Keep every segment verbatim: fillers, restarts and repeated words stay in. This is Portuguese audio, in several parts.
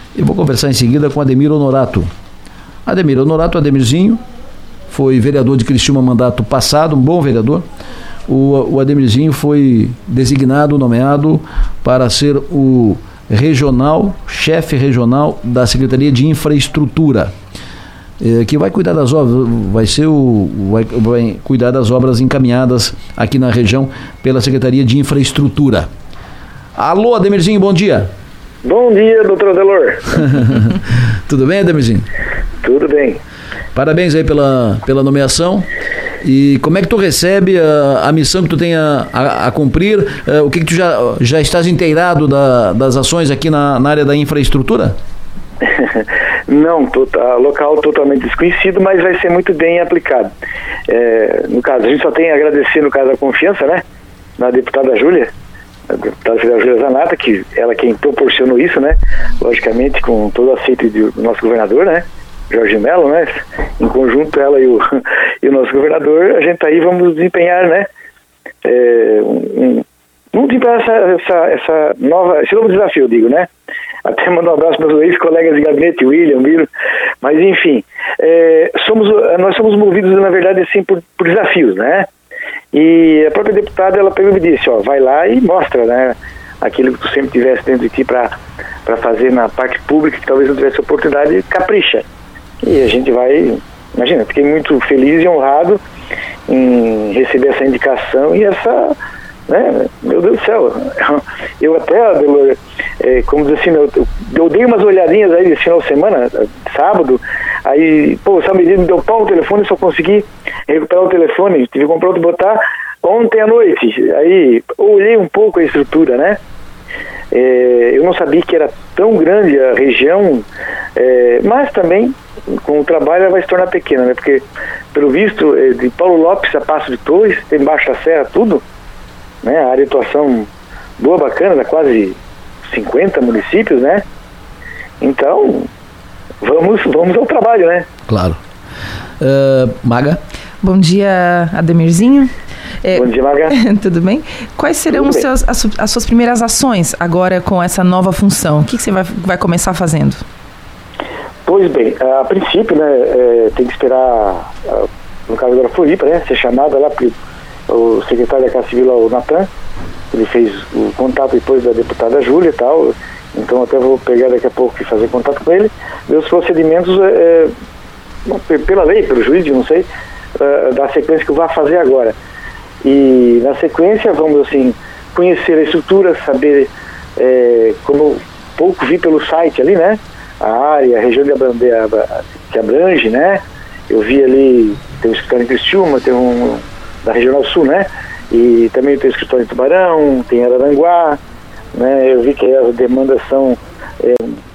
Eu vou conversar em seguida com Ademir Honorato. Ademir Honorato, Ademirzinho, foi vereador de Criciúma mandato passado, um bom vereador. O, o Ademirzinho foi designado, nomeado para ser o regional, chefe regional da Secretaria de Infraestrutura, é, que vai cuidar das obras, vai ser o, vai, vai cuidar das obras encaminhadas aqui na região pela Secretaria de Infraestrutura. Alô, Ademirzinho, bom dia. Bom dia, doutor Adelor. Tudo bem, Ademirzinho? Tudo bem. Parabéns aí pela, pela nomeação. E como é que tu recebe a, a missão que tu tem a, a, a cumprir? Uh, o que, que tu já, já estás inteirado da, das ações aqui na, na área da infraestrutura? Não, tota, local totalmente desconhecido, mas vai ser muito bem aplicado. É, no caso, a gente só tem a agradecer, no caso, a confiança, né, da deputada Júlia, a deputada federal Júlia Zanata, que ela quem proporcionou isso, né, logicamente com todo o aceite do nosso governador, né, Jorge Mello, né, em conjunto ela e o, e o nosso governador, a gente aí vamos desempenhar, né, é, um, vamos desempenhar essa, essa, essa nova, esse novo desafio, eu digo, né. Até mando um abraço para meus ex-colegas de gabinete, William, Miro, mas enfim, é, somos, nós somos movidos, na verdade, assim, por, por desafios, né? E a própria deputada, ela pegou e me disse, ó, vai lá e mostra, né, aquilo que tu sempre tivesse dentro de ti para para fazer na parte pública, que talvez não tivesse oportunidade, capricha. E a gente vai, imagina, fiquei muito feliz e honrado em receber essa indicação e essa... Né? Meu Deus do céu, eu até, Adelor, é, como diz assim, eu, eu dei umas olhadinhas aí esse final de semana, sábado, aí, pô, sabe, me deu pau o telefone, só consegui recuperar o telefone, tive que comprar outro botar ontem à noite, aí olhei um pouco a estrutura, né, é, eu não sabia que era tão grande a região, é, mas também, com o trabalho ela vai se tornar pequena, né, porque, pelo visto, é, de Paulo Lopes a Passo de Torres, tem Baixa Serra, tudo, né, a área de atuação boa, bacana, dá quase cinquenta municípios, né? Então, vamos, vamos ao trabalho, né? Claro. Uh, Maga? Bom dia, Ademirzinho. É, Bom dia, Maga. Tudo bem? Quais serão os seus, as, as suas primeiras ações agora com essa nova função? O que, que você vai, vai começar fazendo? Pois bem, a princípio, né, é, tem que esperar, no caso agora Floripa, né, ser chamada lá para o secretário da Casa Civil, o Natan, ele fez o contato depois da deputada Júlia e tal, então até vou pegar daqui a pouco e fazer contato com ele, ver os procedimentos, é, pela lei, pelo juiz, não sei, é, da sequência que eu vou fazer agora. E na sequência vamos, assim, conhecer a estrutura, saber, é, como eu pouco vi pelo site ali, né, a área, a região de abrange, que abrange, né, eu vi ali, tem um escritório em Criciúma, tem um da Regional Sul, né? E também tem o escritório em Tubarão, tem Araranguá, né? Eu vi que as demandas são é,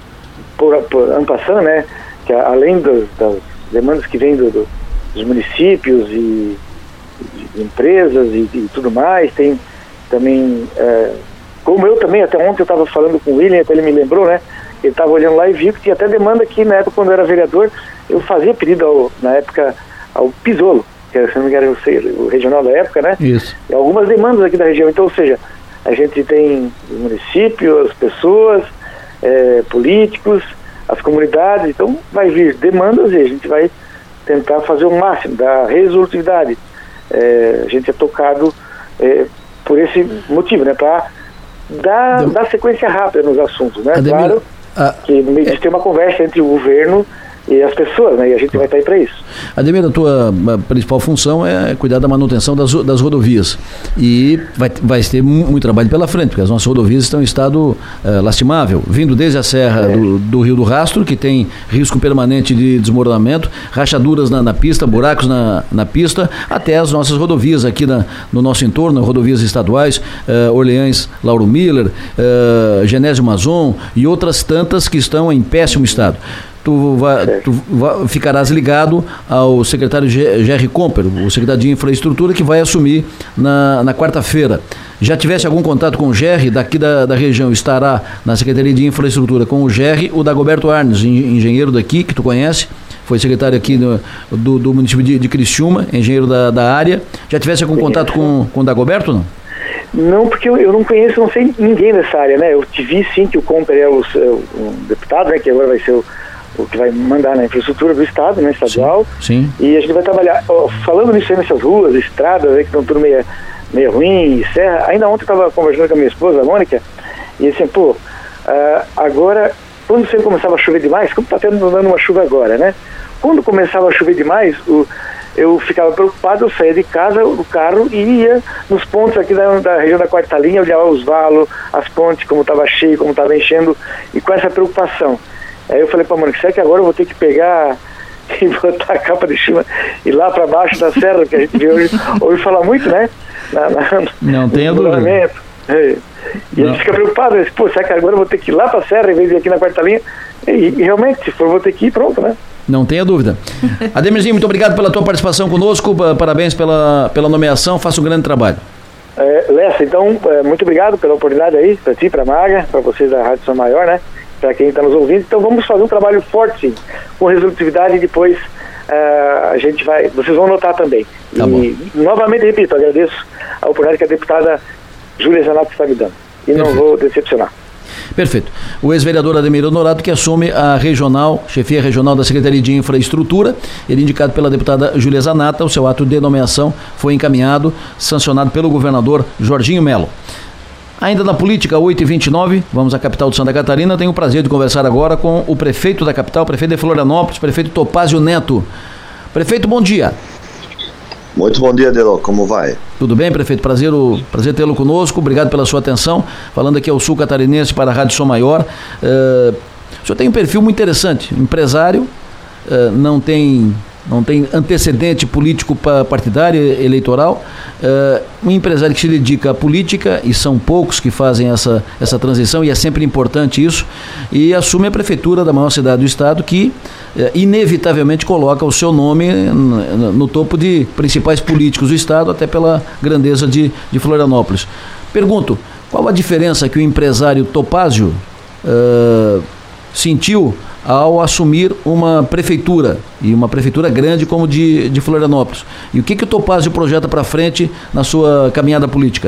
por, por ano passando, né? Que além das, das demandas que vêm do, do, dos municípios e de empresas e, e tudo mais, tem também, é, como eu também, até ontem eu estava falando com o William, até ele me lembrou, né? Ele estava olhando lá e viu que tinha até demanda que na época, quando eu era vereador, eu fazia pedido ao, na época ao Pisolo, que se não me engano, o regional da época, né? Isso. E algumas demandas aqui da região. Então, ou seja, a gente tem o município, as pessoas, é, políticos, as comunidades, então vai vir demandas e a gente vai tentar fazer o máximo da resolutividade. É, a gente é tocado é, por esse motivo, né? Para dar, dar sequência rápida nos assuntos, né? Ademir, claro a, que no meio disso tem uma conversa entre o governo e as pessoas, né? E a gente vai estar aí para isso. Ademir, a tua a principal função é cuidar da manutenção das, das rodovias e vai, vai ter muito trabalho pela frente, porque as nossas rodovias estão em estado uh, lastimável, vindo desde a serra é. do, do Rio do Rastro, que tem risco permanente de desmoronamento, rachaduras na, na pista, buracos na, na pista, até as nossas rodovias aqui na, no nosso entorno, rodovias estaduais, uh, Orleans, Lauro Miller, uh, Genésio Mazon e outras tantas que estão em péssimo estado. Tu, vai, tu vai, ficarás ligado ao secretário Gerry Comper, o secretário de Infraestrutura, que vai assumir na, na quarta-feira. Já tivesse algum contato com o Gerry, daqui da, da região, estará na Secretaria de Infraestrutura com o Gerry, o Dagoberto Arnes, engenheiro daqui, que tu conhece, foi secretário aqui no, do, do município de, de Criciúma, engenheiro da, da área. Já tivesse algum contato com, com o Dagoberto, não? Não, porque eu, eu não conheço, não sei ninguém dessa área, né? Eu te vi sim que o Comper é o, um deputado, né? Que agora vai ser o, o que vai mandar na infraestrutura do Estado, né? Estadual. Sim, sim. E a gente vai trabalhar, ó, falando nisso aí nessas ruas, estradas, né, que estão tudo meio, meio ruim, serra. Ainda ontem eu estava conversando com a minha esposa, a Mônica, e assim, pô, uh, agora, quando sempre começava a chover demais, como está tendo dando uma chuva agora, né? Quando começava a chover demais, o eu ficava preocupado, eu saía de casa, do carro, e ia nos pontos aqui da, da região da Quarta Linha, olhava os valos, as pontes, como estava cheio, como estava enchendo, e com essa preocupação. Aí eu falei para a Mônica, será que agora eu vou ter que pegar e botar a capa de chuva e ir lá para baixo da serra, que a gente hoje ouve falar muito, né? Na, na, Não tenha dúvida. É. E Não. a gente fica preocupado, né? Pô, será que agora eu vou ter que ir lá para a serra em vez de ir aqui na Quarta Linha? E, e realmente, se for, eu vou ter que ir, pronto, né? Não tenha dúvida. Ademirzinho, muito obrigado pela tua participação conosco, parabéns pela, pela nomeação, faça um grande trabalho. É, Lessa, então, é, muito obrigado pela oportunidade aí, para ti, para a Maga, para vocês da Rádio Som Maior, né, para quem está nos ouvindo. Então vamos fazer um trabalho forte, sim, com resolutividade, e depois uh, a gente vai, vocês vão notar também. Tá e bom. Novamente, repito, agradeço a oportunidade que a deputada Júlia Zanotto está me dando. E Perfeito. Não vou decepcionar. Perfeito. O ex-vereador Ademir Honorato, que assume a regional, chefia regional da Secretaria de Infraestrutura, ele indicado pela deputada Júlia Zanotto, o seu ato de nomeação foi encaminhado, sancionado pelo governador Jorginho Melo. Ainda na política, oito e vinte e nove, vamos à capital de Santa Catarina, tenho o prazer de conversar agora com o prefeito da capital, prefeito de Florianópolis, prefeito Topázio Neto. Prefeito, bom dia. Muito bom dia, Adelô, como vai? Tudo bem, prefeito? Prazer, prazer tê-lo conosco, obrigado pela sua atenção. Falando aqui ao sul catarinense para a Rádio Som Maior. Uh, o senhor tem um perfil muito interessante, empresário, uh, não tem, não tem antecedente político partidário, eleitoral, uh, um empresário que se dedica à política, e são poucos que fazem essa, essa transição, e é sempre importante isso, e assume a prefeitura da maior cidade do estado, que inevitavelmente coloca o seu nome no, no topo de principais políticos do estado, até pela grandeza de, de Florianópolis. Pergunto, qual a diferença que o empresário Topázio uh, sentiu ao assumir uma prefeitura, e uma prefeitura grande como de, de Florianópolis? E o que, que o Topázio projeta para frente na sua caminhada política?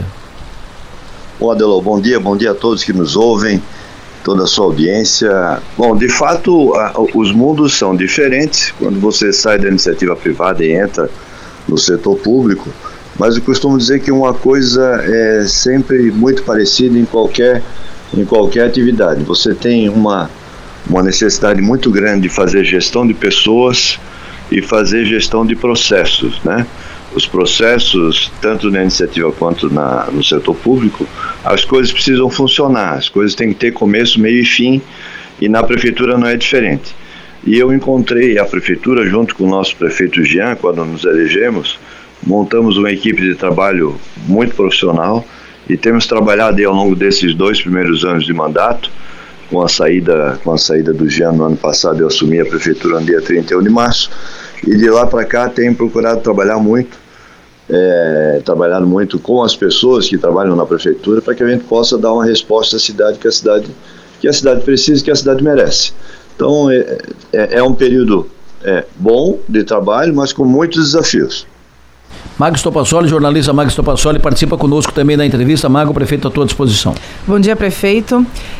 Bom, Adelô, bom dia, bom dia a todos que nos ouvem, toda a sua audiência. Bom, de fato, a, os mundos são diferentes quando você sai da iniciativa privada e entra no setor público, mas eu costumo dizer que uma coisa é sempre muito parecida em qualquer, em qualquer atividade. Você tem uma, uma necessidade muito grande de fazer gestão de pessoas e fazer gestão de processos, né? Os processos, tanto na iniciativa quanto na, no setor público, as coisas precisam funcionar, as coisas têm que ter começo, meio e fim, e na prefeitura não é diferente. E eu encontrei a prefeitura, junto com o nosso prefeito Jean, quando nos elegemos, montamos uma equipe de trabalho muito profissional, e temos trabalhado aí ao longo desses dois primeiros anos de mandato, com a saída, com a saída do Jean no ano passado. Eu assumi a prefeitura no dia trinta e um de março, e de lá para cá tenho procurado trabalhar muito, É, trabalhado muito com as pessoas que trabalham na prefeitura, para que a gente possa dar uma resposta à cidade que a cidade, que a cidade precisa, que a cidade merece. Então é, é, é um período é, bom de trabalho, mas com muitos desafios. Mago Stopassoli, jornalista Mago Stopassoli, participa conosco também da entrevista. Mago, prefeito, à tua disposição. Bom dia, prefeito.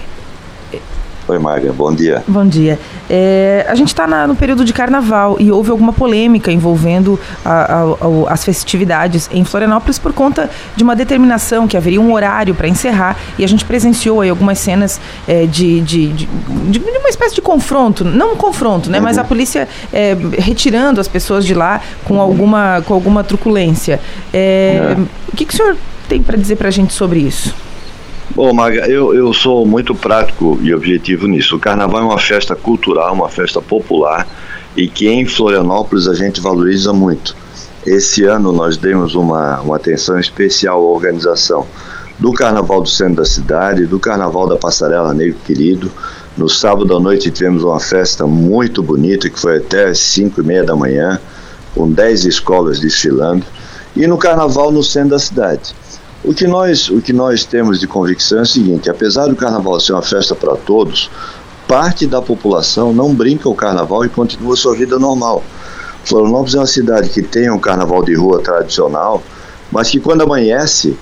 Oi, Maga, bom dia. Bom dia. É, a gente está no período de carnaval e houve alguma polêmica envolvendo a, a, a, as festividades em Florianópolis por conta de uma determinação que haveria um horário para encerrar, e a gente presenciou aí algumas cenas é, de, de, de, de uma espécie de confronto, não um confronto, né, uhum. mas a polícia é, retirando as pessoas de lá com, uhum. alguma, com alguma truculência. É, uhum. O que, que o senhor tem para dizer para a gente sobre isso? Bom, Maga, eu, eu sou muito prático e objetivo nisso. O carnaval é uma festa cultural, uma festa popular, e que em Florianópolis a gente valoriza muito. Esse ano nós demos uma, uma atenção especial à organização do Carnaval do Centro da Cidade, do Carnaval da Passarela Negro Querido. No sábado à noite tivemos uma festa muito bonita, que foi até às cinco e meia da manhã, com dez escolas desfilando, e no Carnaval no Centro da Cidade. O que nós, o que nós temos de convicção é o seguinte: apesar do carnaval ser uma festa para todos, parte da população não brinca o carnaval e continua sua vida normal. Florianópolis é uma cidade que tem um carnaval de rua tradicional, mas que quando amanhece,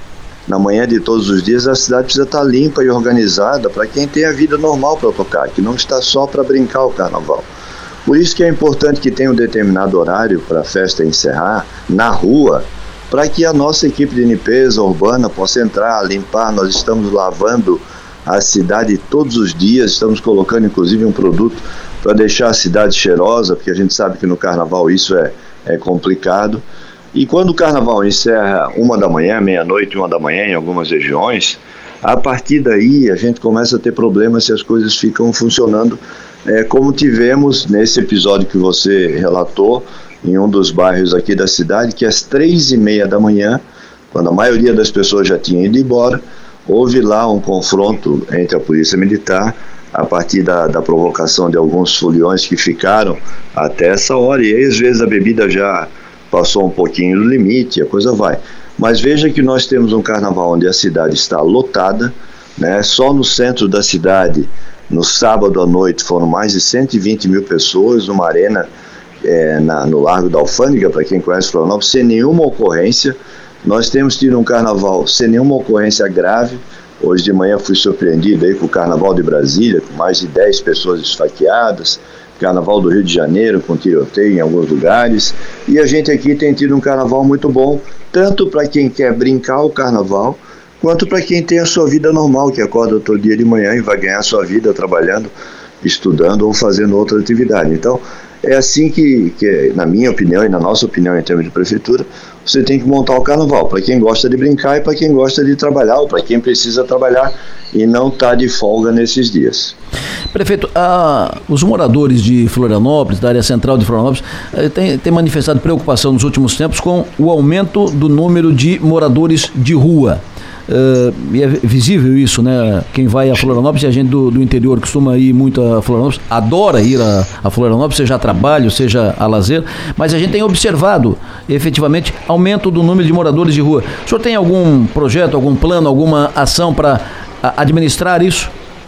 na manhã de todos os dias, a cidade precisa estar limpa e organizada para quem tem a vida normal para tocar, que não está só para brincar o carnaval. Por isso que é importante que tenha um determinado horário para a festa encerrar na rua, para que a nossa equipe de limpeza urbana possa entrar, limpar. Nós estamos lavando a cidade todos os dias, estamos colocando inclusive um produto para deixar a cidade cheirosa, porque a gente sabe que no carnaval isso é, é complicado. E quando o carnaval encerra uma da manhã, meia-noite, uma da manhã em algumas regiões, a partir daí a gente começa a ter problemas se as coisas ficam funcionando é, como tivemos nesse episódio que você relatou, em um dos bairros aqui da cidade, que às três e meia da manhã, quando a maioria das pessoas já tinha ido embora, houve lá um confronto entre a polícia militar, a partir da, da provocação de alguns foliões que ficaram até essa hora, e aí às vezes a bebida já passou um pouquinho do limite, a coisa vai. Mas veja que nós temos um carnaval onde a cidade está lotada, né? Só no centro da cidade, no sábado à noite, foram mais de cento e vinte mil pessoas, numa arena É, na, no Largo da Alfândega, para quem conhece Florianópolis, sem nenhuma ocorrência. Nós temos tido um carnaval sem nenhuma ocorrência grave. Hoje de manhã fui surpreendido aí com o Carnaval de Brasília, com mais de dez pessoas esfaqueadas, Carnaval do Rio de Janeiro com tiroteio em alguns lugares, e a gente aqui tem tido um carnaval muito bom, tanto para quem quer brincar o carnaval, quanto para quem tem a sua vida normal, que acorda todo dia de manhã e vai ganhar a sua vida trabalhando, estudando ou fazendo outra atividade. Então, é assim que, que, na minha opinião e na nossa opinião em termos de prefeitura, você tem que montar o carnaval, para quem gosta de brincar e para quem gosta de trabalhar, ou para quem precisa trabalhar e não está de folga nesses dias. Prefeito, ah, os moradores de Florianópolis, da área central de Florianópolis, eh, têm, têm manifestado preocupação nos últimos tempos com o aumento do número de moradores de rua. Uh, e é visível isso, né? Quem vai a Florianópolis, e a gente do, do interior costuma ir muito a Florianópolis, adora ir a, a Florianópolis, seja a trabalho, seja a lazer, mas a gente tem observado efetivamente aumento do número de moradores de rua. O senhor tem algum projeto, algum plano, alguma ação para administrar isso?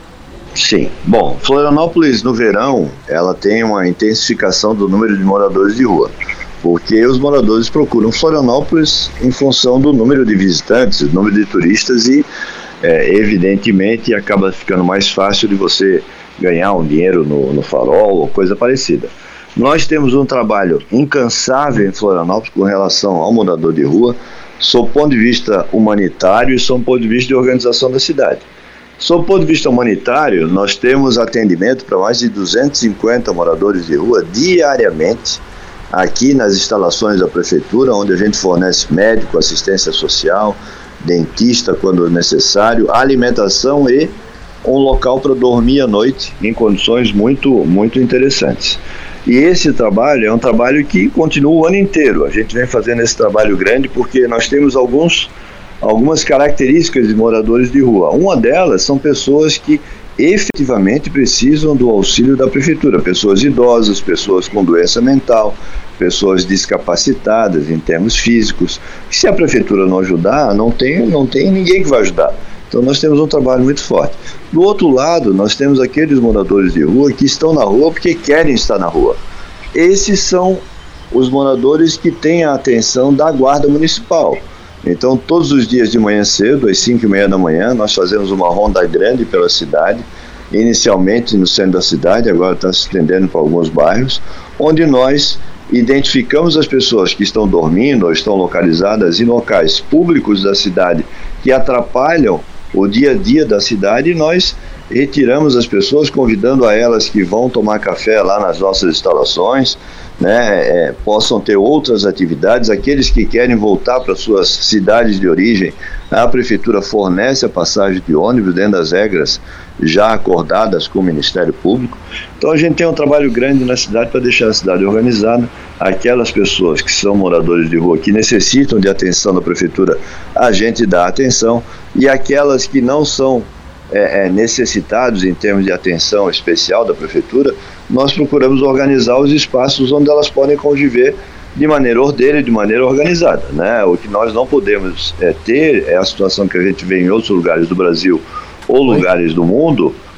Sim. Bom, Florianópolis no verão, ela tem uma intensificação do número de moradores de rua, porque os moradores procuram Florianópolis em função do número de visitantes, do número de turistas, e é, evidentemente acaba ficando mais fácil de você ganhar um dinheiro no, no farol ou coisa parecida. Nós temos um trabalho incansável em Florianópolis com relação ao morador de rua, sob o ponto de vista humanitário e sob o ponto de vista de organização da cidade. Sob o ponto de vista humanitário, nós temos atendimento para mais de duzentos e cinquenta moradores de rua diariamente, aqui nas instalações da prefeitura, onde a gente fornece médico, assistência social, dentista quando necessário, alimentação e um local para dormir à noite em condições muito, muito interessantes. E esse trabalho é um trabalho que continua o ano inteiro. A gente vem fazendo esse trabalho grande porque nós temos alguns, algumas características de moradores de rua. Uma delas são pessoas que efetivamente precisam do auxílio da prefeitura, pessoas idosas, pessoas com doença mental, pessoas discapacitadas em termos físicos. Se a prefeitura não ajudar, não tem, não tem ninguém que vai ajudar. Então nós temos um trabalho muito forte. Do outro lado, nós temos aqueles moradores de rua que estão na rua porque querem estar na rua. Esses são os moradores que têm a atenção da Guarda Municipal. Então, todos os dias de manhã cedo, às cinco e meia da manhã, nós fazemos uma ronda grande pela cidade, inicialmente no centro da cidade, agora está se estendendo para alguns bairros, onde nós identificamos as pessoas que estão dormindo ou estão localizadas em locais públicos da cidade que atrapalham o dia a dia da cidade, e nós retiramos as pessoas, convidando a elas que vão tomar café lá nas nossas instalações, né, é, possam ter outras atividades. Aqueles que querem voltar para suas cidades de origem, a prefeitura fornece a passagem de ônibus dentro das regras já acordadas com o Ministério Público. Então a gente tem um trabalho grande na cidade para deixar a cidade organizada. Aquelas pessoas que são moradores de rua, que necessitam de atenção da prefeitura, a gente dá atenção, e aquelas que não são É, é, necessitados em termos de atenção especial da prefeitura, nós procuramos organizar os espaços onde elas podem conviver de maneira ordeira e de maneira organizada, né? O que nós não podemos é, ter é a situação que a gente vê em outros lugares do Brasil ou lugares do mundo,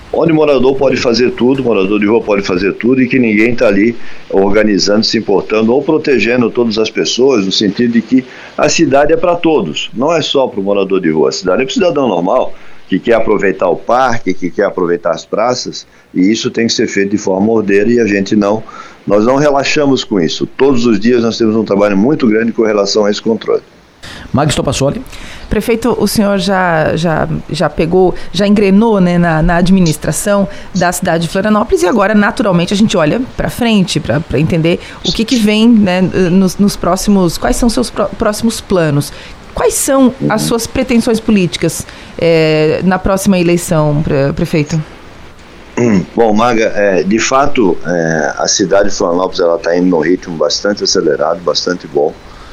onde o morador pode fazer tudo, o morador de rua pode fazer tudo e que ninguém está ali organizando, se importando ou protegendo todas as pessoas, no sentido de que a cidade é para todos, não é só para o morador de rua, a cidade é para o cidadão normal, que quer aproveitar o parque, que quer aproveitar as praças, e isso tem que ser feito de forma ordeira e a gente não, nós não relaxamos com isso. Todos os dias nós temos um trabalho muito grande com relação a esse controle. Magda Estopassoli. Prefeito, o senhor já, já, já pegou, já engrenou, né, na, na administração da cidade de Florianópolis e agora, naturalmente, a gente olha para frente para entender o que, que vem, né, nos, nos próximos, quais são os seus pró- próximos planos. Quais são as suas pretensões políticas é, na próxima eleição, pre- prefeito? Bom, Maga, é, de fato, é, a cidade de Florianópolis está indo num ritmo bastante acelerado, bastante bom.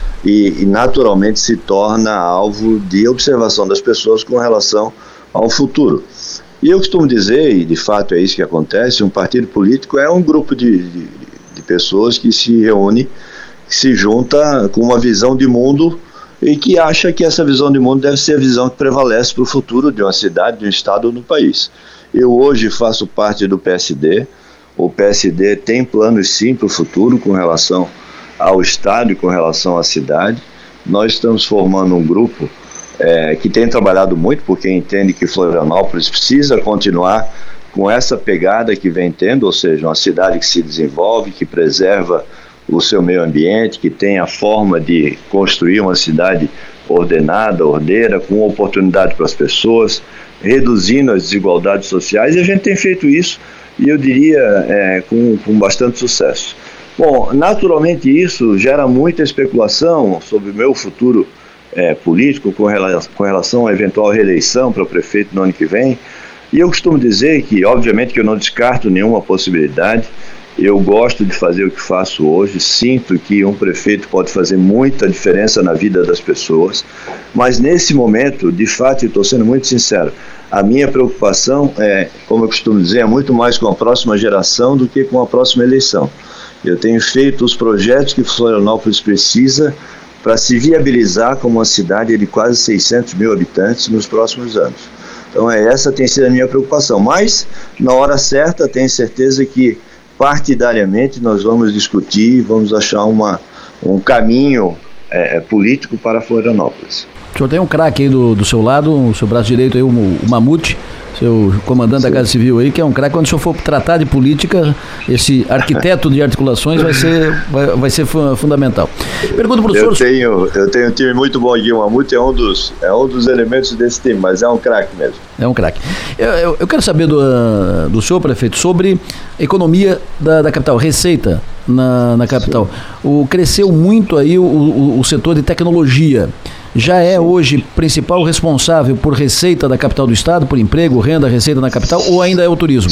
E, e naturalmente se torna alvo de observação das pessoas com relação ao futuro. E eu costumo dizer, e de fato é isso que acontece, um partido político é um grupo de, de, de pessoas que se reúne, que se junta com uma visão de mundo e que acha que essa visão de mundo deve ser a visão que prevalece para o futuro de uma cidade, de um estado ou do país. Eu hoje faço parte do P S D, o P S D tem planos sim para o futuro com relação ao estado e com relação à cidade. Nós estamos formando um grupo é, que tem trabalhado muito, porque entende que Florianópolis precisa continuar com essa pegada que vem tendo, ou seja, uma cidade que se desenvolve, que preserva o seu meio ambiente, que tem a forma de construir uma cidade ordenada, ordeira, com oportunidade para as pessoas, reduzindo as desigualdades sociais, e a gente tem feito isso, e eu diria, é, com, com bastante sucesso. Bom, naturalmente isso gera muita especulação sobre o meu futuro é, político com relação, com relação à eventual reeleição para prefeito no ano que vem, e eu costumo dizer que, obviamente, que eu não descarto nenhuma possibilidade. Eu gosto de fazer o que faço hoje, sinto que um prefeito pode fazer muita diferença na vida das pessoas, mas nesse momento, de fato, e estou sendo muito sincero, a minha preocupação é, como eu costumo dizer, é muito mais com a próxima geração do que com a próxima eleição. Eu tenho feito os projetos que Florianópolis precisa para se viabilizar como uma cidade de quase seiscentos mil habitantes nos próximos anos. Então é, essa tem sido a minha preocupação, mas na hora certa tenho certeza que partidariamente nós vamos discutir, vamos achar uma, um caminho é, político para Florianópolis. O senhor tem um craque aí do, do seu lado, o seu braço direito aí, o, o Mamute, seu comandante Sim. da Casa Civil aí, que é um craque. Quando o senhor for tratar de política, esse arquiteto de articulações vai ser, vai, vai ser fundamental. Pergunto para o senhor... Tenho, eu tenho um time muito bom aqui, o Mamute é um dos, é um dos elementos desse time, mas é um craque mesmo. É um craque. Eu, eu, eu quero saber do, do senhor, prefeito, sobre economia da, da capital, receita na, na capital. O, cresceu muito aí o, o, o setor de tecnologia. Já é hoje principal responsável por receita da capital do estado, por emprego, renda, receita na capital, ou ainda é o turismo?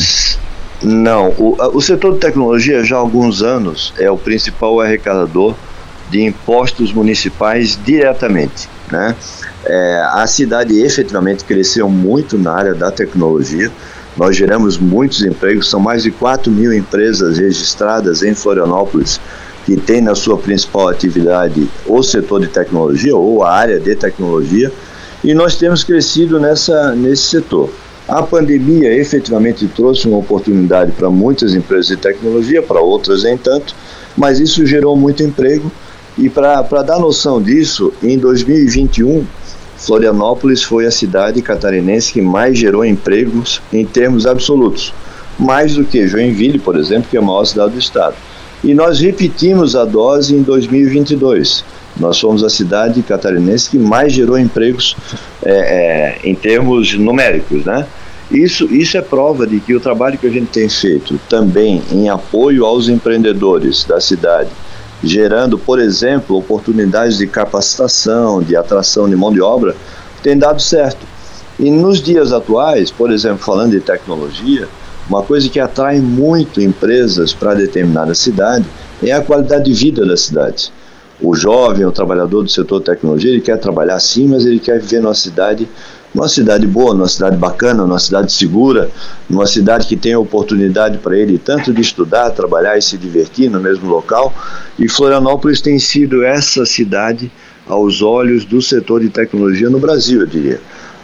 Não, o, o setor de tecnologia já há alguns anos é o principal arrecadador de impostos municipais diretamente, né? É, a cidade efetivamente cresceu muito na área da tecnologia, nós geramos muitos empregos, são mais de quatro mil empresas registradas em Florianópolis que tem na sua principal atividade o setor de tecnologia ou a área de tecnologia, e nós temos crescido nessa, nesse setor. A pandemia efetivamente trouxe uma oportunidade para muitas empresas de tecnologia, para outras nem tanto, mas isso gerou muito emprego, e para dar noção disso, em dois mil e vinte e um, Florianópolis foi a cidade catarinense que mais gerou empregos em termos absolutos, mais do que Joinville, por exemplo, que é a maior cidade do estado. E nós repetimos a dose em dois mil e vinte e dois. Nós fomos a cidade catarinense que mais gerou empregos é, é, em termos numéricos, né? Isso, isso é prova de que o trabalho que a gente tem feito também em apoio aos empreendedores da cidade, gerando, por exemplo, oportunidades de capacitação, de atração de mão de obra, tem dado certo. E nos dias atuais, por exemplo, falando de tecnologia, uma coisa que atrai muito empresas para determinada cidade é a qualidade de vida da cidade. O jovem, o trabalhador do setor de tecnologia, ele quer trabalhar sim, mas ele quer viver numa cidade, numa cidade boa, numa cidade bacana, numa cidade segura, numa cidade que tem oportunidade para ele tanto de estudar, trabalhar e se divertir no mesmo local. E Florianópolis tem sido essa cidade aos olhos do setor de tecnologia no Brasil, eu diria.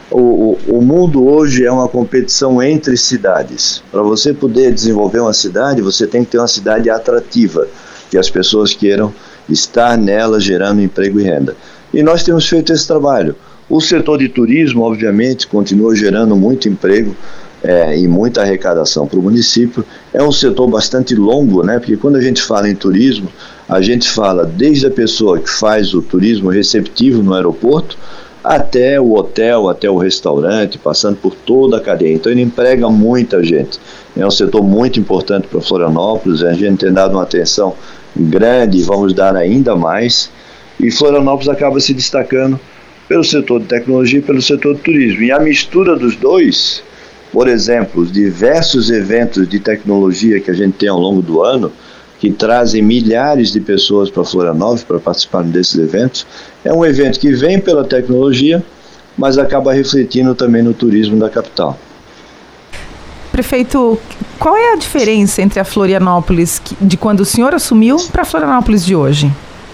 O, o, o mundo hoje é uma competição entre cidades. Para você poder desenvolver uma cidade, você tem que ter uma cidade atrativa, que as pessoas queiram estar nela gerando emprego e renda. E nós temos feito esse trabalho. O setor de turismo, obviamente, continua gerando muito emprego é, e muita arrecadação para o município. É um setor bastante longo, né? Porque quando a gente fala em turismo, a gente fala desde a pessoa que faz o turismo receptivo no aeroporto, até o hotel, até o restaurante, passando por toda a cadeia. Então ele emprega muita gente. É um setor muito importante para Florianópolis, a gente tem dado uma atenção grande e vamos dar ainda mais. E Florianópolis acaba se destacando pelo setor de tecnologia e pelo setor de turismo. E a mistura dos dois, por exemplo, os diversos eventos de tecnologia que a gente tem ao longo do ano, que trazem milhares de pessoas para Florianópolis para participar desses eventos, é um evento que vem pela tecnologia, mas acaba refletindo também no turismo da capital. Prefeito, qual é a diferença entre a Florianópolis de quando o senhor assumiu para a Florianópolis de hoje?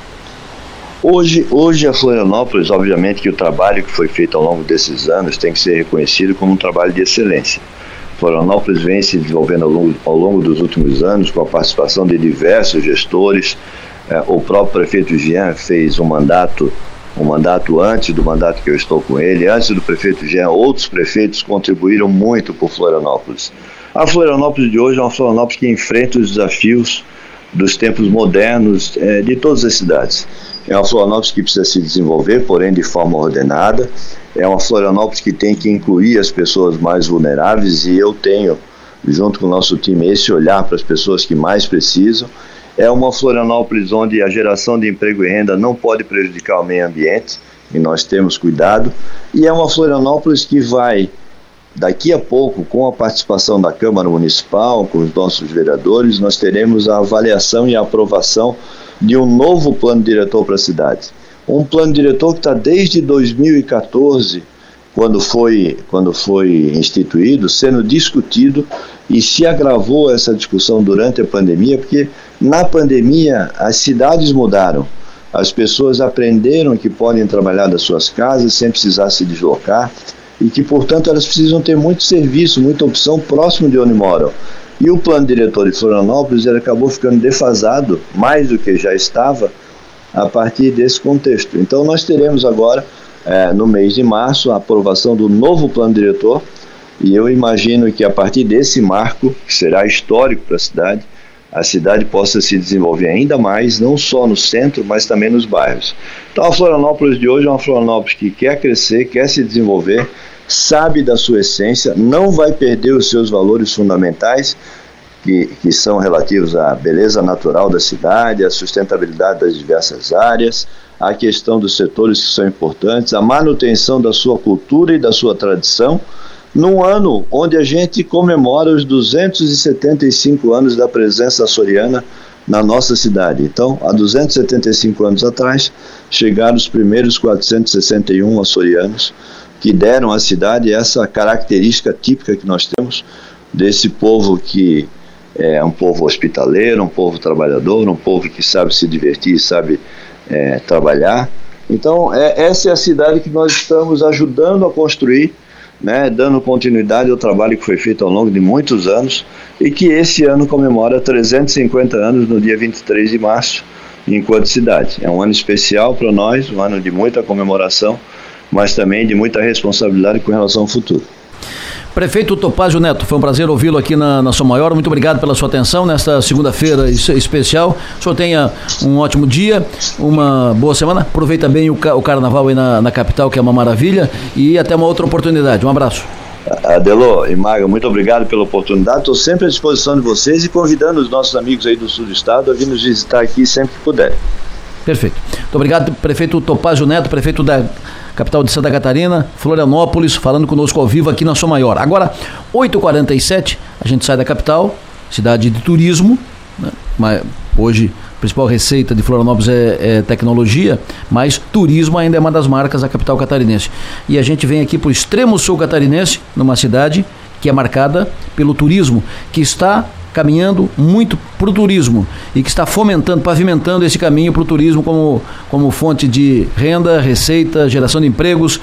Hoje, hoje a Florianópolis, obviamente que o trabalho que foi feito ao longo desses anos tem que ser reconhecido como um trabalho de excelência. Florianópolis vem se desenvolvendo ao longo, ao longo dos últimos anos com a participação de diversos gestores. É, o próprio prefeito Jean fez um mandato, um mandato antes do mandato que eu estou com ele. Antes do prefeito Jean, outros prefeitos contribuíram muito por Florianópolis. A Florianópolis de hoje é uma Florianópolis que enfrenta os desafios dos tempos modernos é, de todas as cidades. É uma Florianópolis que precisa se desenvolver, porém de forma ordenada. É uma Florianópolis que tem que incluir as pessoas mais vulneráveis e eu tenho, junto com o nosso time, esse olhar para as pessoas que mais precisam. É uma Florianópolis onde a geração de emprego e renda não pode prejudicar o meio ambiente e nós temos cuidado. E é uma Florianópolis que vai, daqui a pouco, com a participação da Câmara Municipal, com os nossos vereadores, nós teremos a avaliação e a aprovação de um novo plano diretor para a cidade. Um plano diretor que está desde dois mil e quatorze, quando foi, quando foi instituído, sendo discutido, e se agravou essa discussão durante a pandemia, porque na pandemia as cidades mudaram. As pessoas aprenderam que podem trabalhar das suas casas sem precisar se deslocar e que, portanto, elas precisam ter muito serviço, muita opção próximo de onde moram. E o plano diretor de Florianópolis ele acabou ficando defasado, mais do que já estava, a partir desse contexto. Então nós teremos agora, é, no mês de março, a aprovação do novo plano diretor, e eu imagino que a partir desse marco, que será histórico para a cidade, a cidade possa se desenvolver ainda mais, não só no centro, mas também nos bairros. Então a Florianópolis de hoje é uma Florianópolis que quer crescer, quer se desenvolver, sabe da sua essência, não vai perder os seus valores fundamentais, que, que são relativos à beleza natural da cidade, à sustentabilidade das diversas áreas, à questão dos setores que são importantes, à manutenção da sua cultura e da sua tradição, num ano onde a gente comemora os duzentos e setenta e cinco anos da presença açoriana na nossa cidade. Então, há duzentos e setenta e cinco anos atrás, chegaram os primeiros quatrocentos e sessenta e um açorianos, que deram à cidade essa característica típica que nós temos desse povo que é um povo hospitaleiro, um povo trabalhador, um povo que sabe se divertir, sabe é, trabalhar. Então, é, essa é a cidade que nós estamos ajudando a construir, né, dando continuidade ao trabalho que foi feito ao longo de muitos anos e que esse ano comemora trezentos e cinquenta anos no dia vinte e três de março, enquanto cidade. É um ano especial para nós, um ano de muita comemoração, mas também de muita responsabilidade com relação ao futuro. Prefeito Topázio Neto, foi um prazer ouvi-lo aqui na, na Som Maior. Muito obrigado pela sua atenção nesta segunda-feira especial. O senhor tenha um ótimo dia, uma boa semana. Aproveita bem o, o carnaval aí na, na capital, que é uma maravilha, e até uma outra oportunidade. Um abraço. Adelô e Maga, muito obrigado pela oportunidade. Estou sempre à disposição de vocês e convidando os nossos amigos aí do sul do estado a vir nos visitar aqui sempre que puder. Perfeito. Muito obrigado, prefeito Topázio Neto, prefeito da capital de Santa Catarina, Florianópolis, falando conosco ao vivo aqui na Som Maior. Agora, oito e quarenta e sete, a gente sai da capital, cidade de turismo, né? Mas hoje a principal receita de Florianópolis é, é tecnologia, mas turismo ainda é uma das marcas da capital catarinense. E a gente vem aqui para o extremo sul catarinense, numa cidade que é marcada pelo turismo, que está caminhando muito para o turismo e que está fomentando, pavimentando esse caminho para o turismo como, como fonte de renda, receita, geração de empregos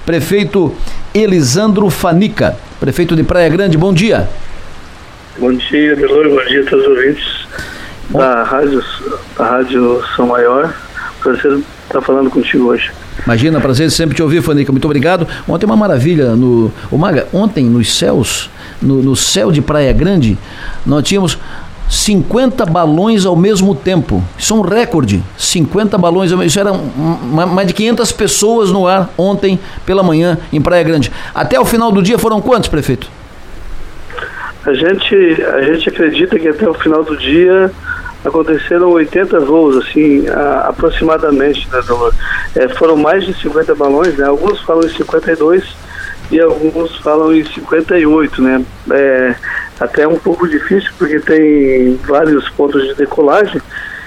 prefeito Elisandro Fanica, prefeito de Praia Grande, bom dia. Bom dia, Delor, bom dia a todos os ouvintes da Rádio, da Rádio São Maior. Prazer estar falando contigo hoje. Imagina, prazer sempre te ouvir, Fanica, muito obrigado. Ontem uma maravilha, no, o Maga, ontem nos céus, no, no céu de Praia Grande, nós tínhamos cinquenta balões ao mesmo tempo. Isso é um recorde, cinquenta balões, isso era mais de quinhentas pessoas no ar ontem pela manhã em Praia Grande. Até o final do dia foram quantos, prefeito? A gente, a gente acredita que até o final do dia aconteceram oitenta voos, assim, a, aproximadamente, né, é, foram mais de cinquenta balões, né? Alguns falam em cinquenta e dois e alguns falam em cinquenta e oito, né? É, até um pouco difícil porque tem vários pontos de decolagem,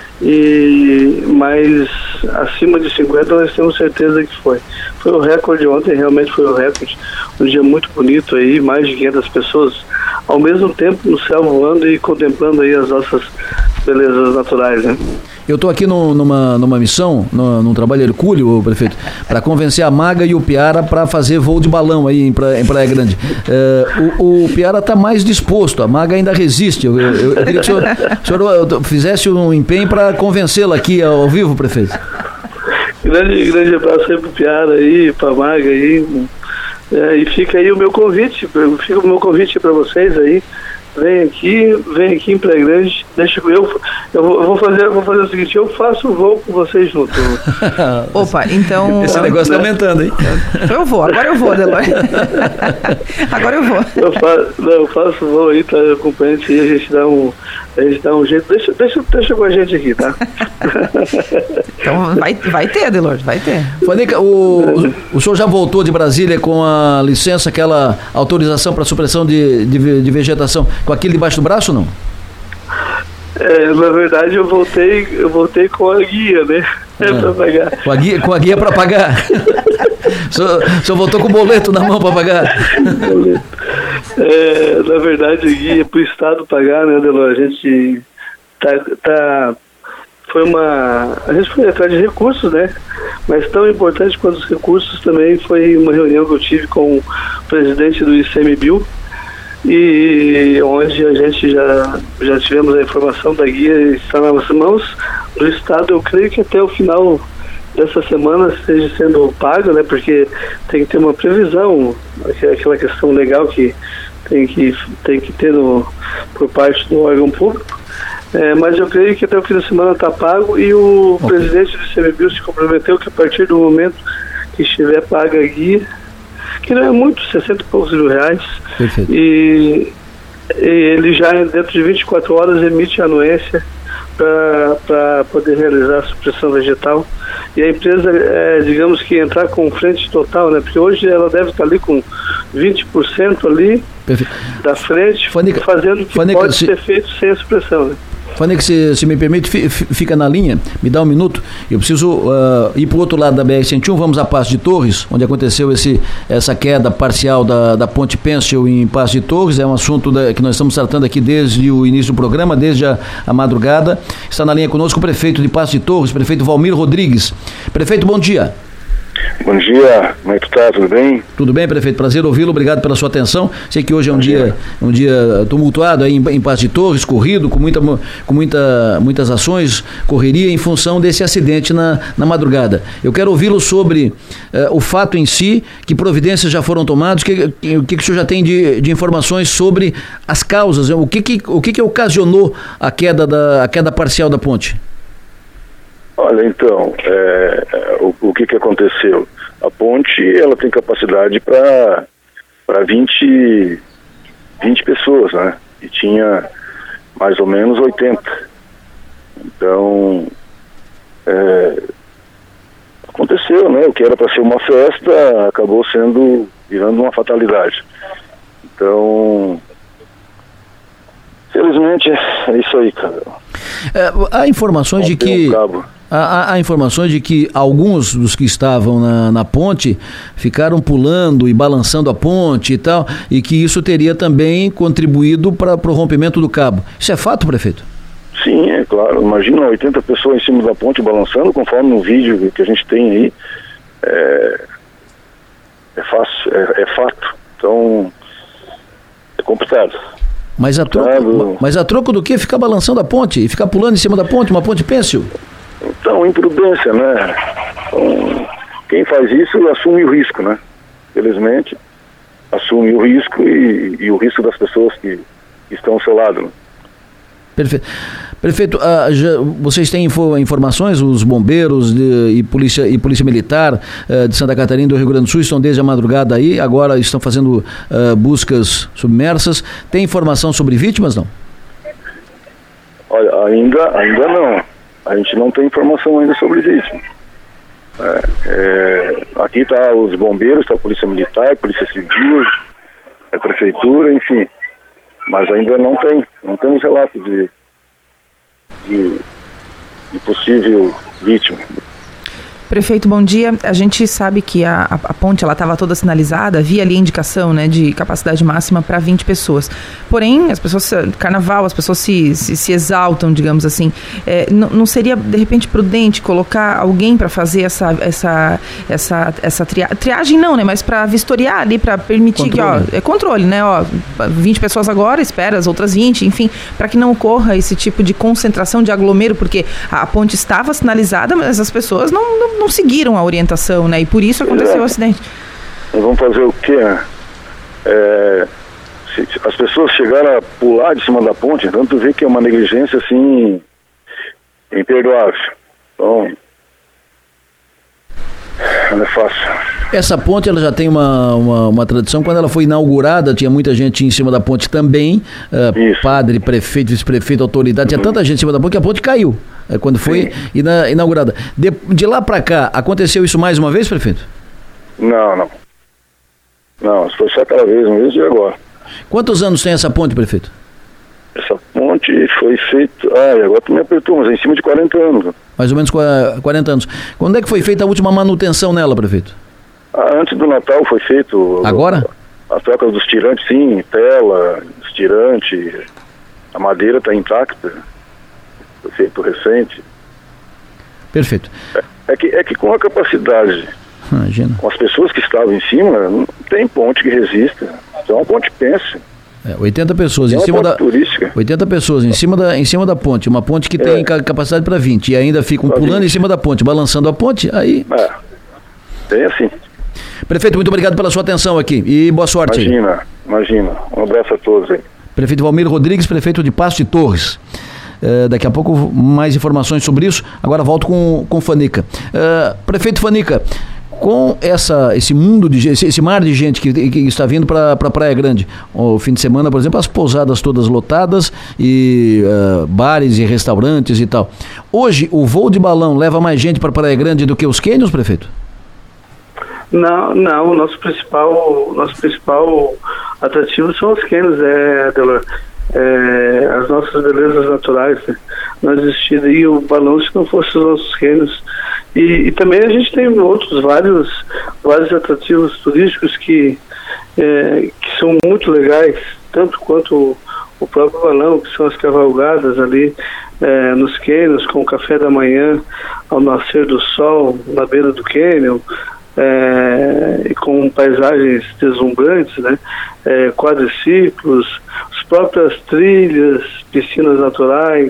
e, mas acima de cinquenta nós temos certeza que foi. Foi o recorde ontem, realmente foi o recorde. Um dia muito bonito aí, mais de quinhentas pessoas ao mesmo tempo no céu voando e contemplando aí as nossas belezas naturais, né? Eu estou aqui no, numa, numa missão, no, num trabalho hercúleo, prefeito, para convencer a Maga e o Piara para fazer voo de balão aí em Praia, em Praia Grande. É, o, o Piara está mais disposto, a Maga ainda resiste. Eu, eu, eu queria que o senhor, o senhor fizesse um empenho para convencê-la aqui ao vivo, prefeito. Grande, grande abraço aí para o Piara aí, para a Maga aí. É, e fica aí o meu convite, fica o meu convite para vocês aí. Vem aqui, vem aqui em Praia Grande, deixa eu, eu, eu vou fazer, eu vou fazer o seguinte, eu faço o voo com vocês junto. Opa, então... Esse negócio tá aumentando, hein? Eu vou, agora eu vou, Delor. Agora eu vou. Eu faço, não, eu faço o voo aí, tá, acompanhante aí, a gente dá um, a gente dá um jeito, deixa, deixa, deixa com a gente aqui, tá? Então vai, vai ter, Delor, vai ter. Fanica, o, o senhor já voltou de Brasília com a licença, aquela autorização para supressão de, de, de vegetação, com aquilo debaixo do braço ou não? É, na verdade eu voltei, eu voltei com a guia, né? É, para pagar. Com a guia, com a guia para pagar. O senhor, o senhor voltou com o boleto na mão para pagar? É, na verdade a guia é para o Estado pagar, né, Delor? A gente tá, tá, foi uma, a gente foi atrás de recursos, né? Mas tão importante quanto os recursos também foi uma reunião que eu tive com o presidente do ICMBio, e onde a gente já, já tivemos a informação da guia, está nas mãos do Estado. Eu creio que até o final dessa semana esteja sendo pago, né, porque tem que ter uma previsão, aquela questão legal que tem que, tem que ter no, por parte do órgão público, é, mas eu creio que até o fim da semana está pago, e o okay. presidente do ICMBio se comprometeu que a partir do momento que estiver paga a guia, que não é muito, sessenta e poucos mil reais, e, e ele já dentro de vinte e quatro horas emite a anuência para poder realizar a supressão vegetal, e a empresa, é, digamos que entrar com frente total, né, porque hoje ela deve estar ali com vinte por cento ali Perfeito. Da frente, Fanica, fazendo o que Fanica, pode se... ser feito sem a supressão, né? Fanica, se, se me permite, fica na linha, me dá um minuto. Eu preciso uh, ir para o outro lado da B R cento e um, vamos a Passo de Torres, onde aconteceu esse, essa queda parcial da, da ponte Pêncil em Passo de Torres. É um assunto da, que nós estamos tratando aqui desde o início do programa, desde a, a madrugada. Está na linha conosco o prefeito de Passo de Torres, prefeito Valmir Rodrigues. Prefeito, bom dia. Bom dia, como é que tu tá? Tudo bem? Tudo bem, prefeito, prazer ouvi-lo, obrigado pela sua atenção. Sei que hoje é um dia, um dia tumultuado aí em, em Passo de Torres, corrido, com, muita, com muita, muitas ações, correria em função desse acidente na, na madrugada. Eu quero ouvi-lo sobre uh, o fato em si, que providências já foram tomadas, que, que, o que, que o senhor já tem de, de informações sobre as causas, o que, que, o que, que ocasionou a queda, da, a queda parcial da ponte? Olha, então, é, o, o que que aconteceu? A ponte, ela tem capacidade para para vinte, vinte pessoas, né? E tinha mais ou menos oitenta. Então, é, aconteceu, né? O que era para ser uma festa acabou sendo, virando uma fatalidade. Então, felizmente, é isso aí, cara. É, há informações de que... Há, há informações de que alguns dos que estavam na, na ponte ficaram pulando e balançando a ponte e tal, e que isso teria também contribuído para o rompimento do cabo. Isso é fato, prefeito? Sim, é claro. Imagina oitenta pessoas em cima da ponte balançando, conforme no vídeo que a gente tem aí. É, é fácil, é, é fato. Então, é complicado. Mas a, troco, mas a troco do que? Ficar balançando a ponte e ficar pulando em cima da ponte, uma ponte pêncil? Então, imprudência, né? Então, quem faz isso assume o risco, né? Felizmente, assume o risco e, e o risco das pessoas que, que estão ao seu lado, né? Perfeito. Prefeito, ah, já, vocês têm info, informações, os bombeiros de, e, polícia, e polícia militar ah, de Santa Catarina e do Rio Grande do Sul estão desde a madrugada aí, agora estão fazendo ah, buscas submersas. Tem informação sobre vítimas, não? Olha, ainda, ainda não. A gente não tem informação ainda sobre vítimas. É, é, aqui está os bombeiros, está a polícia militar, a polícia civil, a prefeitura, enfim. Mas ainda não tem, não temos relato de, de, de possível vítima. Prefeito, bom dia. A gente sabe que a, a, a ponte ela estava toda sinalizada, havia ali a indicação, né, de capacidade máxima para vinte pessoas. Porém, as pessoas, carnaval, as pessoas se, se, se exaltam, digamos assim. É, não, não seria, de repente, prudente colocar alguém para fazer essa, essa, essa, essa tria, triagem, não, né, mas para vistoriar ali, para permitir controle. que, ó, é controle, né, ó, vinte pessoas agora, espera as outras vinte, enfim, para que não ocorra esse tipo de concentração de aglomero, porque a, a ponte estava sinalizada, mas as pessoas não, não não seguiram a orientação, né? E por isso aconteceu é. o acidente. Nós vamos fazer o quê, né? É, se, as pessoas chegaram a pular de cima da ponte, então tu vê que é uma negligência, assim, imperdoável. Então, não é fácil. Essa ponte ela já tem uma, uma, uma tradição. Quando ela foi inaugurada, tinha muita gente em cima da ponte também, uh, padre, prefeito, vice-prefeito, autoridade, tinha tanta gente em cima da ponte que a ponte caiu uh, quando foi ina, inaugurada. De, de lá para cá, aconteceu isso mais uma vez, prefeito? Não, não. Não, foi só aquela vez, uma vez e agora. Quantos anos tem essa ponte, prefeito? Essa ponte foi feita... Ah, agora tu me apertou, mas é em cima de quarenta anos. Mais ou menos quarenta anos. Quando é que foi feita a última manutenção nela, prefeito? Ah, antes do Natal foi feito... Agora? As trocas dos tirantes, sim, tela, estirante, a madeira está intacta, foi feito recente. Perfeito. É, é, que, é que com a capacidade, imagina, com as pessoas que estavam em cima, não tem ponte que resista, é uma ponte pêncil. É, oitenta pessoas em cima da turística. oitenta pessoas em cima da em cima da ponte, uma ponte que é. tem capacidade para vinte e ainda ficam pra pulando vinte. Em cima da ponte, balançando a ponte, aí. É. Tem assim. Prefeito, muito obrigado pela sua atenção aqui e boa sorte. Imagina, aí. imagina. Um abraço a todos aí. Prefeito Valmir Rodrigues, prefeito de Passo de Torres. Uh, daqui a pouco mais informações sobre isso. Agora volto com com Fanica. Uh, prefeito Fanica, com essa, esse mundo de esse, esse mar de gente que, que está vindo para pra Praia Grande, o fim de semana, por exemplo, as pousadas todas lotadas e uh, bares e restaurantes e tal. Hoje, o voo de balão leva mais gente para Praia Grande do que os cânions, prefeito? Não, não, o nosso principal, o nosso principal atrativo são os cânions, é, Adelor. É, as nossas belezas naturais, né? Não existiria o balão se não fossem os nossos cânions. E, e também a gente tem outros vários, vários atrativos turísticos que, é, que são muito legais, tanto quanto o, o próprio balão, que são as cavalgadas ali é, nos cânions, com o café da manhã ao nascer do sol na beira do cânion. É, com paisagens deslumbrantes, né? É, quadriciclos, as próprias trilhas, piscinas naturais.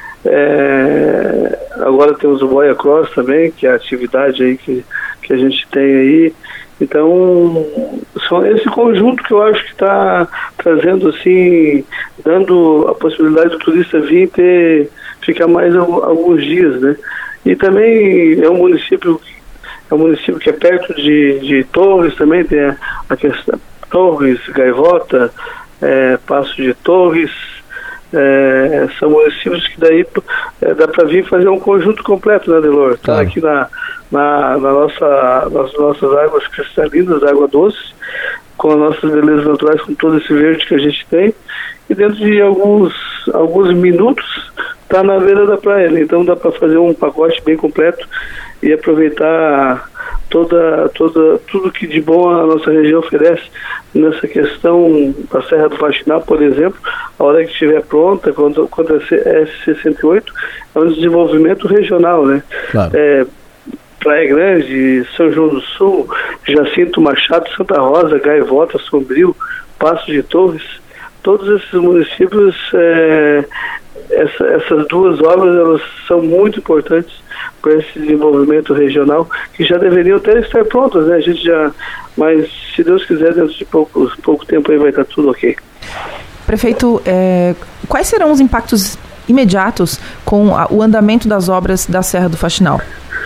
É, agora temos o Boia Cross também, que é a atividade aí que, que a gente tem aí. Então, são esse conjunto que eu acho que está trazendo, assim, dando a possibilidade do turista vir e ter, ficar mais alguns dias, né? E também é um município É um município que é perto de, de Torres, também tem a, a questão Torres, Gaivota, é, Passo de Torres, é, são municípios que daí é, dá para vir fazer um conjunto completo, né, Delor? Tá claro. Aqui na, na, na nossa, nas nossas águas cristalinas, água doce, com as nossas belezas naturais, com todo esse verde que a gente tem, e dentro de alguns, alguns minutos está na beira da praia, né? Então dá para fazer um pacote bem completo e aproveitar toda, toda, tudo que de bom a nossa região oferece nessa questão da Serra do Faxinal, por exemplo. A hora que estiver pronta, quando, quando a S sessenta e oito, é um desenvolvimento regional, né? Claro. É, Praia Grande, São João do Sul, Jacinto Machado, Santa Rosa, Gaivota, Sombrio, Passo de Torres, todos esses municípios, é, essa, essas duas obras elas são muito importantes para esse desenvolvimento regional, que já deveriam até estar prontas, né? A gente já, mas se Deus quiser, dentro de pouco, pouco tempo aí vai estar tudo ok. Prefeito, é, quais serão os impactos imediatos com a, o andamento das obras da Serra do Faxinal?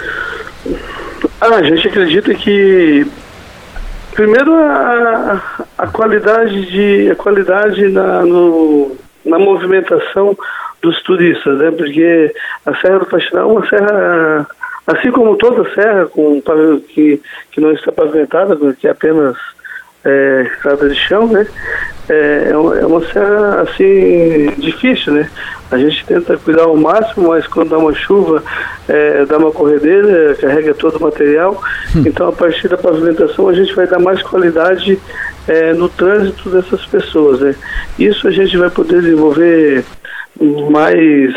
Ah, a gente acredita que primeiro a, a qualidade de a qualidade na, no, na movimentação dos turistas, né? Porque a Serra do Faxinal é uma serra, assim como toda serra com que que não está pavimentada, que é apenas é, estrada de chão, né? É, é uma serra assim difícil, né? A gente tenta cuidar ao máximo, mas quando dá uma chuva, é, dá uma corredeira, carrega todo o material. Hum. Então, a partir da pavimentação, a gente vai dar mais qualidade é, no trânsito dessas pessoas, né? Isso a gente vai poder desenvolver mais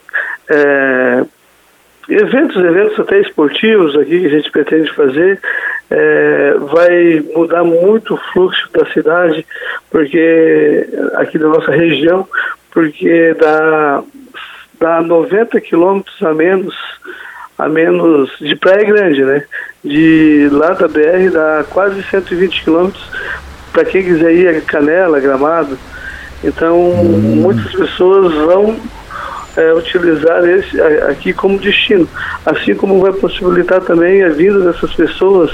é, eventos, eventos até esportivos aqui que a gente pretende fazer. É, vai mudar muito o fluxo da cidade, porque aqui da nossa região, porque dá, dá noventa quilômetros a menos, a menos de Praia Grande, né? De lá da B R dá quase cento e vinte quilômetros para quem quiser ir a Canela, Gramado. Então, hum. muitas pessoas vão é, utilizar esse aqui como destino, assim como vai possibilitar também a vinda dessas pessoas,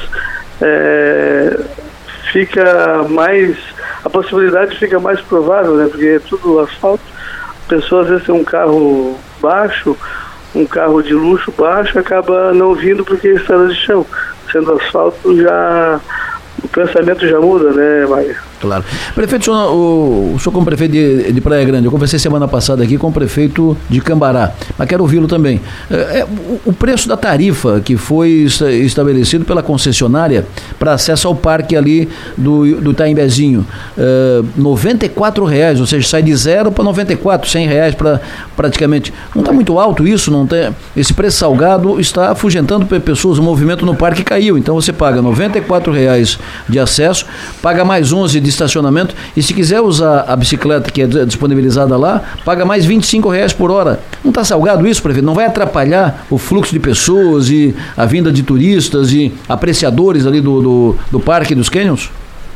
é, fica mais, a possibilidade fica mais provável, né? Porque é tudo asfalto, a pessoa às vezes tem um carro baixo, um carro de luxo baixo, acaba não vindo porque é estrada de chão, sendo asfalto já o pensamento já muda, né, Maia? Claro. Prefeito, o senhor, o, o senhor como prefeito de, de Praia Grande, eu conversei semana passada aqui com o prefeito de Cambará, mas quero ouvi-lo também. É, é, o, o preço da tarifa que foi estabelecido pela concessionária para acesso ao parque ali do, do Itaimbezinho, é, noventa e quatro reais, ou seja, sai de zero para noventa e quatro, cem reais pra, praticamente. Não está muito alto isso? Não tem, esse preço salgado está afugentando pessoas, o movimento no parque caiu, então você paga noventa e quatro reais de acesso, paga mais onze de estacionamento, e se quiser usar a bicicleta que é disponibilizada lá, paga mais vinte e cinco reais por hora. Não está salgado isso, prefeito? Não vai atrapalhar o fluxo de pessoas e a vinda de turistas e apreciadores ali do, do, do parque dos canyons?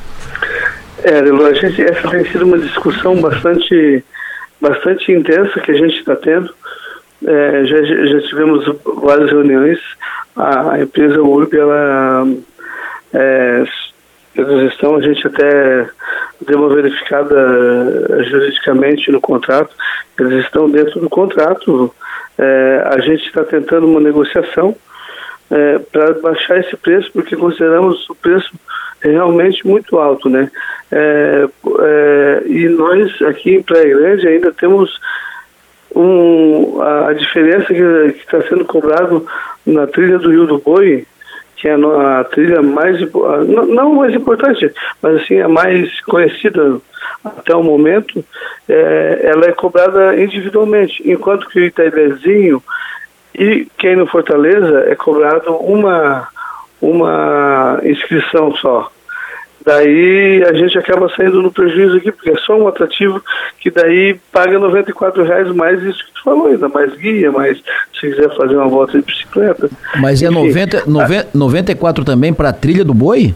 É, a gente, essa tem sido uma discussão bastante, bastante intensa que a gente está tendo. É, já, já tivemos várias reuniões. A, a empresa U R B, ela é, eles estão, a gente até deu uma verificada juridicamente no contrato, eles estão dentro do contrato, é, a gente está tentando uma negociação é, para baixar esse preço, porque consideramos o preço realmente muito alto, né? É, é, e nós aqui em Praia Grande ainda temos um, a, a diferença que está sendo cobrado na trilha do Rio do Boi, que é a, a trilha mais, não, não mais importante, mas assim, a mais conhecida até o momento, é, ela é cobrada individualmente, enquanto que o Itaimbezinho e quem no Fortaleza é cobrado uma, uma inscrição só. Daí a gente acaba saindo no prejuízo aqui, porque é só um atrativo que daí paga noventa e quatro reais mais isso que tu falou, ainda mais guia, mais se quiser fazer uma volta de bicicleta. Mas é noventa, noventa, noventa e quatro também para a trilha do boi?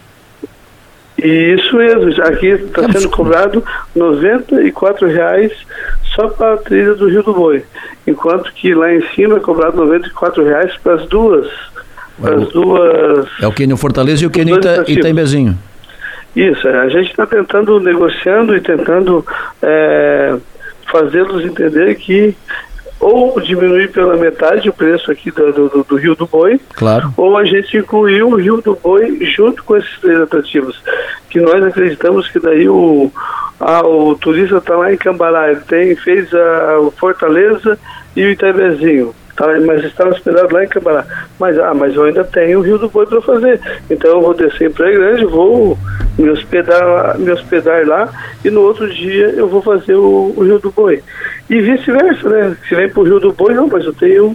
Isso mesmo, aqui está sendo cobrado noventa e quatro reais só para a trilha do Rio do Boi, enquanto que lá em cima é cobrado noventa e quatro reais para as duas. Para as duas. É o Cânion Fortaleza e o Cânion Ita, Itaimbezinho. Isso, a gente está tentando, negociando e tentando é, fazê-los entender que ou diminuir pela metade o preço aqui do, do, do Rio do Boi, claro, ou a gente incluir o Rio do Boi junto com esses três atrativos, que nós acreditamos que daí o, a, o turista está lá em Cambará, ele tem, fez a, a Fortaleza e o Itaimbezinho, tá, mas estava hospedado lá em Cambará, mas, ah, mas eu ainda tenho o Rio do Boi para fazer, então eu vou descer em Praia Grande, vou me hospedar, me hospedar lá, e no outro dia eu vou fazer o, o Rio do Boi. E vice-versa, né? Se vem pro Rio do Boi, não, mas eu tenho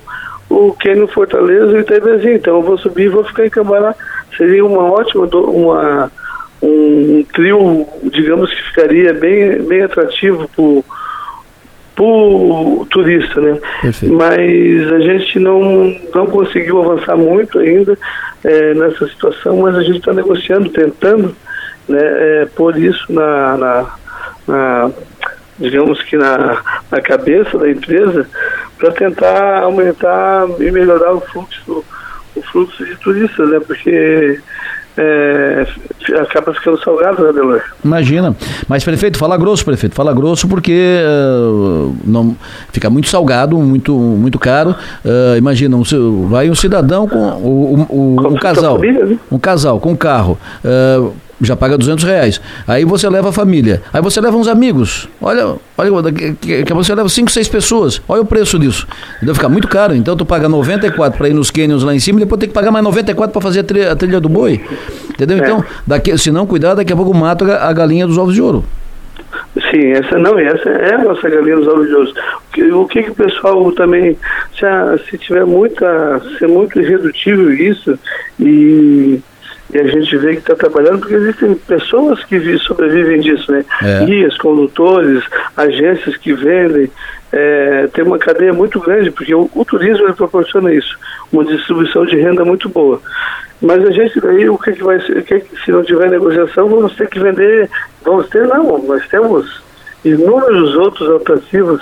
o Cânion Fortaleza e o Itabezinho. Então eu vou subir e vou ficar em Cambará. Seria uma ótima, uma, um trio, digamos que ficaria bem, bem atrativo para o turista, né? Perfeito. Mas a gente não, não conseguiu avançar muito ainda é, nessa situação, mas a gente está negociando, tentando, né, é, pôr isso na, na, na digamos que na, na cabeça da empresa para tentar aumentar e melhorar o fluxo, o fluxo de turistas, né? Porque é, acaba ficando salgado, né, Delor? Imagina. Mas, prefeito, fala grosso, prefeito, fala grosso porque uh, não, fica muito salgado, muito, muito caro. Uh, imagina, um, vai um cidadão com o, o, o, o casal, família, né? um casal com carro, uh, já paga duzentos reais. Aí você leva a família. Aí você leva uns amigos. Olha, olha que, que você leva cinco, seis pessoas. Olha o preço disso. Deve ficar muito caro. Então tu paga noventa e quatro para ir nos cânions lá em cima e depois tem que pagar mais noventa e quatro para fazer a trilha, a trilha do boi. Entendeu? É. Então, daqui, se não cuidar, daqui a pouco mata a galinha dos ovos de ouro. Sim, essa não, essa é a nossa galinha dos ovos de ouro. O que, que o pessoal também, se, a, se tiver muita, ser muito irredutível isso e E a gente vê que está trabalhando, porque existem pessoas que sobrevivem disso, né? É. Guias, condutores, agências que vendem. É, tem uma cadeia muito grande, porque o, o turismo ele proporciona isso, uma distribuição de renda muito boa. Mas a gente daí, o que, que vai ser, que, se não tiver negociação, vamos ter que vender, vamos ter não, nós temos inúmeros outros atrativos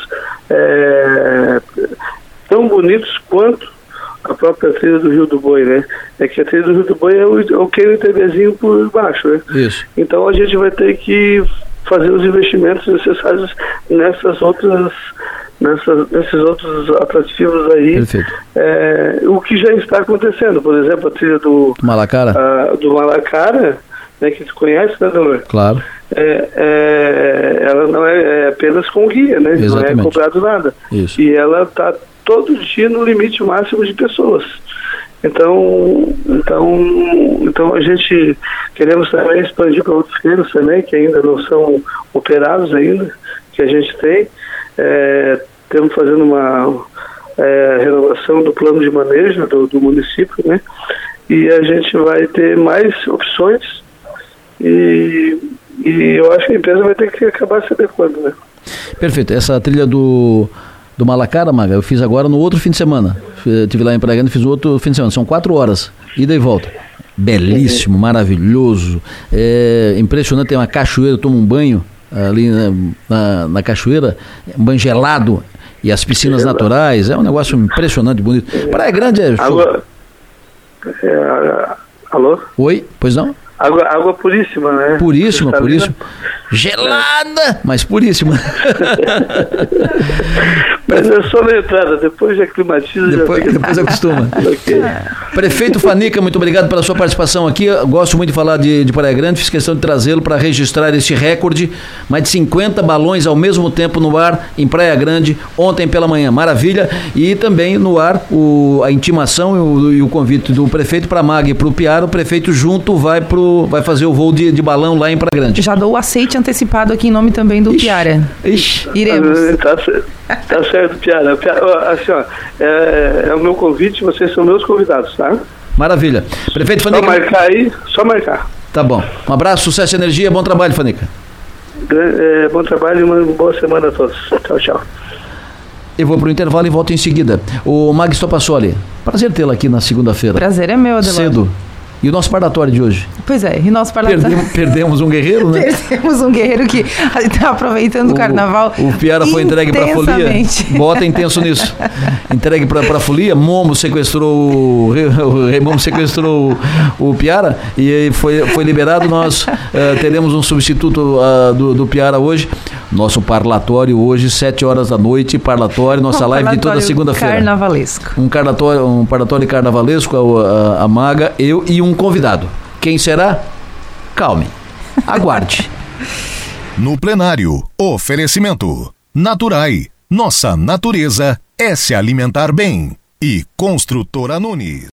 é, tão bonitos quanto a própria trilha do Rio do Boi, né? É que a trilha do Rio do Boi é o, é o Cânion Itabezinho por baixo, né? Isso. Então a gente vai ter que fazer os investimentos necessários nessas outras, nessas, nesses outros atrativos aí. Perfeito. É, o que já está acontecendo, por exemplo, a trilha do Malacara, a, do Malacara, né, que tu conhece, né, Delor? Claro. É, é, ela não é, é apenas com guia, né? Exatamente. Não é cobrado nada. Isso. E ela está todo dia no limite máximo de pessoas. Então, então, então a gente queremos também expandir para outros cânions também, que ainda não são operados ainda, que a gente tem. É, estamos fazendo uma é, renovação do plano de manejo do, do município, né? E a gente vai ter mais opções e, e eu acho que a empresa vai ter que acabar se adequando, né? Perfeito. Essa trilha do do Malacara, Maga, eu fiz agora no outro fim de semana. Estive lá em Praia Grande, fiz no outro fim de semana. São quatro horas, ida e volta. Belíssimo, maravilhoso. É impressionante, tem uma cachoeira, toma um banho ali na, na, na cachoeira, um banho gelado, e as piscinas gelado. naturais. É um negócio impressionante, bonito. Praia Grande é show. Água... É, alô? Oi, pois não? Água, água puríssima, né? Puríssima, puríssima. Gelada, mas puríssima. Mas é só na entrada, depois já climatiza. Depois, já depois acostuma. Okay. Prefeito Fanica, muito obrigado pela sua participação aqui. Eu gosto muito de falar de, de Praia Grande, fiz questão de trazê-lo para registrar este recorde. Mais de cinquenta balões ao mesmo tempo no ar em Praia Grande, ontem pela manhã. Maravilha. E também no ar o, a intimação e o, e o convite do prefeito para a Mag e para o Piara. O prefeito junto vai, pro, vai fazer o voo de, de balão lá em Praia Grande. Já dou o aceite antecipado aqui em nome também do Ixi, Piara. Ixi. Iremos. Tá, tá certo, Piara. Piara assim, ó, é, é o meu convite, vocês são meus convidados, tá? Maravilha. Prefeito Fanica. Só marcar aí, só marcar. Tá bom. Um abraço, sucesso e energia, bom trabalho, Fanica. É, bom trabalho e uma boa semana a todos. Tchau, tchau. Eu vou pro intervalo e volto em seguida. O Mag Stopassoli, prazer tê-la aqui na segunda-feira. Prazer é meu, Adelor. Cedo. E o nosso parlatório de hoje? Pois é, e nosso parlatório... Perdemos, perdemos um guerreiro, né? Perdemos um guerreiro que está aproveitando o, o carnaval. O Piara foi entregue para a folia. Bota intenso nisso. Entregue para a folia. Momo sequestrou o Rei Momo sequestrou o, o Piara e foi, foi liberado. Nós uh, teremos um substituto uh, do, do Piara hoje. Nosso parlatório hoje, sete horas da noite, parlatório, nossa um live de toda segunda-feira. Carnavalesco. Um parlatório, um parlatório carnavalesco, a, a, a Maga, eu e um convidado. Quem será? Calme. Aguarde. No plenário, oferecimento. Naturai. Nossa natureza é se alimentar bem. E Construtora Nunes.